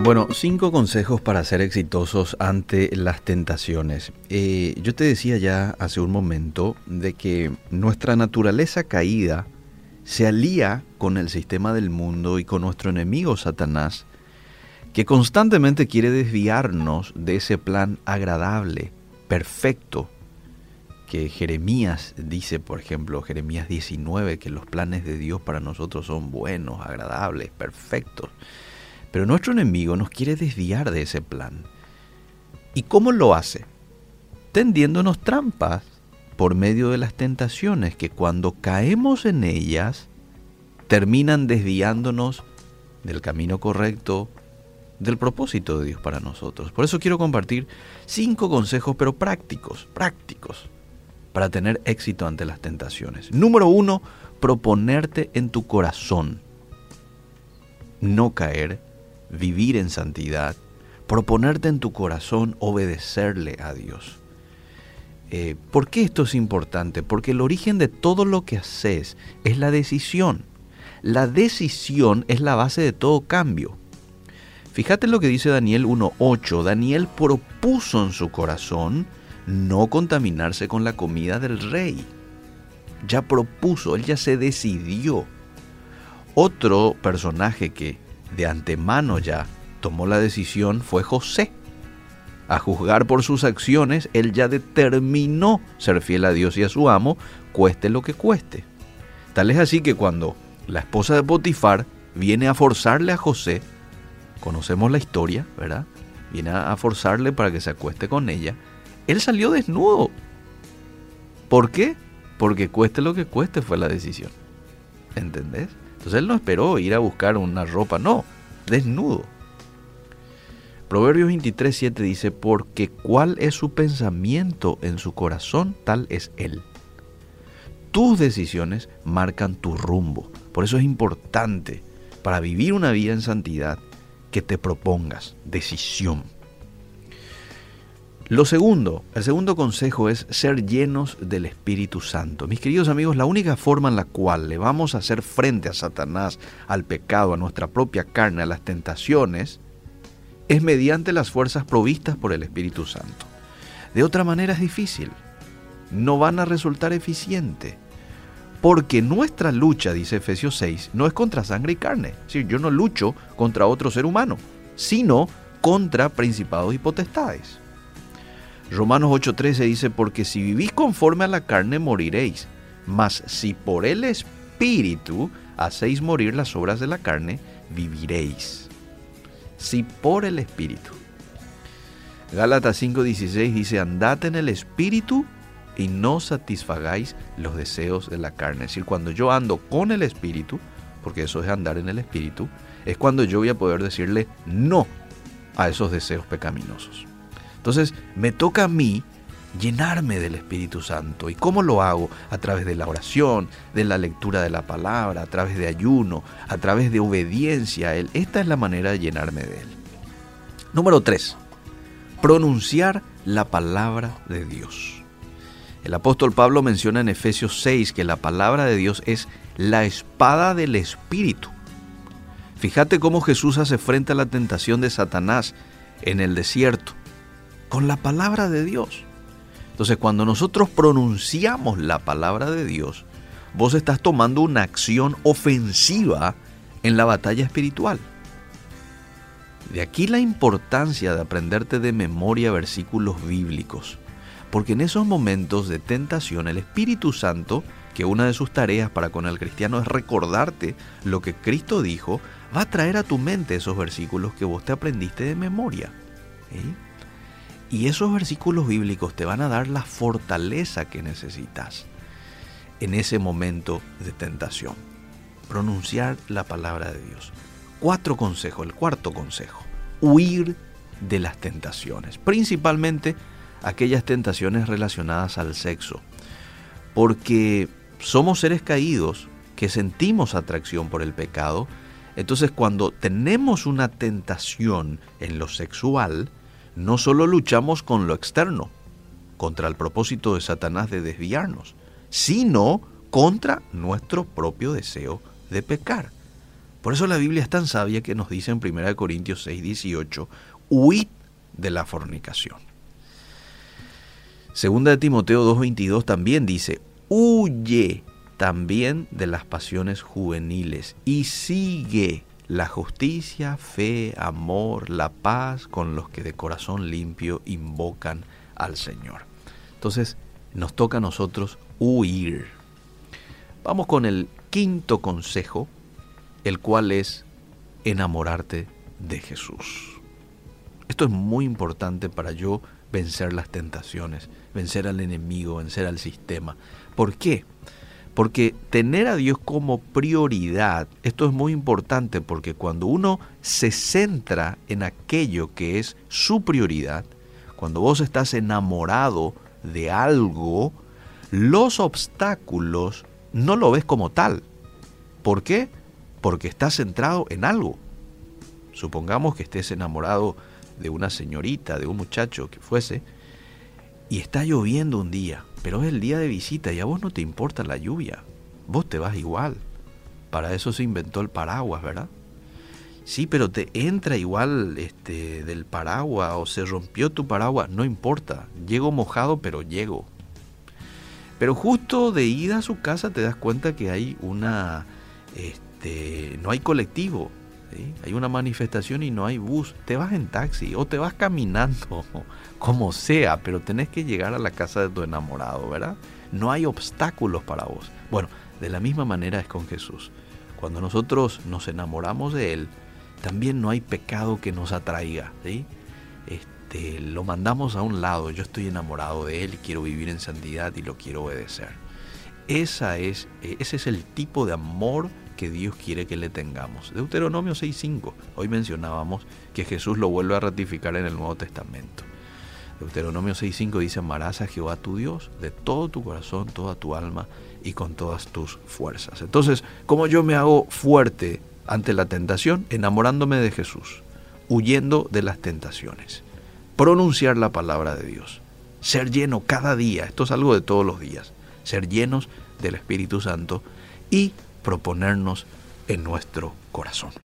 Bueno, 5 consejos para ser exitosos ante las tentaciones. Yo te decía ya hace un momento de que nuestra naturaleza caída se alía con el sistema del mundo y con nuestro enemigo Satanás, que constantemente quiere desviarnos de ese plan agradable, perfecto, que Jeremías dice, por ejemplo, Jeremías 19, que los planes de Dios para nosotros son buenos, agradables, perfectos. Pero nuestro enemigo nos quiere desviar de ese plan. ¿Y cómo lo hace? Tendiéndonos trampas por medio de las tentaciones, que cuando caemos en ellas, terminan desviándonos del camino correcto, del propósito de Dios para nosotros. Por eso quiero compartir 5 consejos, pero prácticos, para tener éxito ante las tentaciones. Número 1, proponerte en tu corazón no caer, vivir en santidad, proponerte en tu corazón obedecerle a Dios. ¿Por qué esto es importante? Porque el origen de todo lo que haces es la decisión. La decisión es la base de todo cambio. Fíjate lo que dice Daniel 1:8. Daniel propuso en su corazón no contaminarse con la comida del rey. Ya propuso, él ya se decidió. Otro personaje que de antemano ya tomó la decisión fue José. A juzgar por sus acciones, él ya determinó ser fiel a Dios y a su amo, cueste lo que cueste. Tal es así que cuando la esposa de Potifar viene a forzarle a José, conocemos la historia, ¿verdad? Viene a forzarle para que se acueste con ella. Él salió desnudo. ¿Por qué? Porque cueste lo que cueste fue la decisión. ¿Entendés? Entonces él no esperó ir a buscar una ropa, no, desnudo. Proverbios 23:7 dice, porque cuál es su pensamiento en su corazón, tal es él. Tus decisiones marcan tu rumbo. Por eso es importante, para vivir una vida en santidad, que te propongas decisión. El segundo consejo es ser llenos del Espíritu Santo. Mis queridos amigos, la única forma en la cual le vamos a hacer frente a Satanás, al pecado, a nuestra propia carne, a las tentaciones, es mediante las fuerzas provistas por el Espíritu Santo. De otra manera es difícil. No van a resultar eficientes. Porque nuestra lucha, dice Efesios 6, no es contra sangre y carne. Es decir, yo no lucho contra otro ser humano, sino contra principados y potestades. Romanos 8:13 dice, porque si vivís conforme a la carne moriréis, mas si por el Espíritu hacéis morir las obras de la carne, viviréis. Si por el Espíritu. Gálatas 5:16 dice, andad en el Espíritu y no satisfagáis los deseos de la carne. Es decir, cuando yo ando con el Espíritu, porque eso es andar en el Espíritu, es cuando yo voy a poder decirle no a esos deseos pecaminosos. Entonces, me toca a mí llenarme del Espíritu Santo. ¿Y cómo lo hago? A través de la oración, de la lectura de la palabra, a través de ayuno, a través de obediencia a Él. Esta es la manera de llenarme de Él. Número 3. Pronunciar la palabra de Dios. El apóstol Pablo menciona en Efesios 6 que la palabra de Dios es la espada del Espíritu. Fíjate cómo Jesús hace frente a la tentación de Satanás en el desierto. Con la palabra de Dios. Entonces, cuando nosotros pronunciamos la palabra de Dios, vos estás tomando una acción ofensiva en la batalla espiritual. De aquí la importancia de aprenderte de memoria versículos bíblicos, porque en esos momentos de tentación, el Espíritu Santo, que una de sus tareas para con el cristiano es recordarte lo que Cristo dijo, va a traer a tu mente esos versículos que vos te aprendiste de memoria. Y esos versículos bíblicos te van a dar la fortaleza que necesitas en ese momento de tentación. Pronunciar la palabra de Dios. 4 consejos. El cuarto consejo. Huir de las tentaciones. Principalmente aquellas tentaciones relacionadas al sexo. Porque somos seres caídos que sentimos atracción por el pecado. Entonces, cuando tenemos una tentación en lo sexual, no solo luchamos con lo externo, contra el propósito de Satanás de desviarnos, sino contra nuestro propio deseo de pecar. Por eso la Biblia es tan sabia que nos dice en 1 Corintios 6, 18, huid de la fornicación. Segunda de Timoteo 2, 22 también dice, huye también de las pasiones juveniles y sigue la justicia, fe, amor, la paz con los que de corazón limpio invocan al Señor. Entonces nos toca a nosotros huir. Vamos con el quinto consejo, el cual es enamorarte de Jesús. Esto es muy importante para yo vencer las tentaciones, vencer al enemigo, vencer al sistema. ¿Por qué? Porque tener a Dios como prioridad, esto es muy importante porque cuando uno se centra en aquello que es su prioridad, cuando vos estás enamorado de algo, los obstáculos no lo ves como tal. ¿Por qué? Porque estás centrado en algo. Supongamos que estés enamorado de una señorita, de un muchacho que fuese, y está lloviendo un día, pero es el día de visita y a vos no te importa la lluvia, vos te vas igual. Para eso se inventó el paraguas, ¿verdad? Sí, pero te entra igual del paraguas o se rompió tu paraguas, no importa, llego mojado pero llego. Pero justo de ida a su casa te das cuenta que hay no hay colectivo, ¿sí? Hay una manifestación y no hay bus, te vas en taxi o te vas caminando, como sea, pero tenés que llegar a la casa de tu enamorado, ¿verdad? No hay obstáculos para vos. Bueno, de la misma manera es con Jesús. Cuando nosotros nos enamoramos de Él, también no hay pecado que nos atraiga, ¿sí? Lo mandamos a un lado, yo estoy enamorado de Él, quiero vivir en santidad y lo quiero obedecer. Ese es el tipo de amor que Dios quiere que le tengamos. Deuteronomio 6.5, hoy mencionábamos que Jesús lo vuelve a ratificar en el Nuevo Testamento. Deuteronomio 6.5 dice, amarás a Jehová tu Dios de todo tu corazón, toda tu alma y con todas tus fuerzas. Entonces, ¿cómo yo me hago fuerte ante la tentación? Enamorándome de Jesús, huyendo de las tentaciones, pronunciar la palabra de Dios, ser lleno cada día, esto es algo de todos los días, ser llenos del Espíritu Santo y proponernos en nuestro corazón.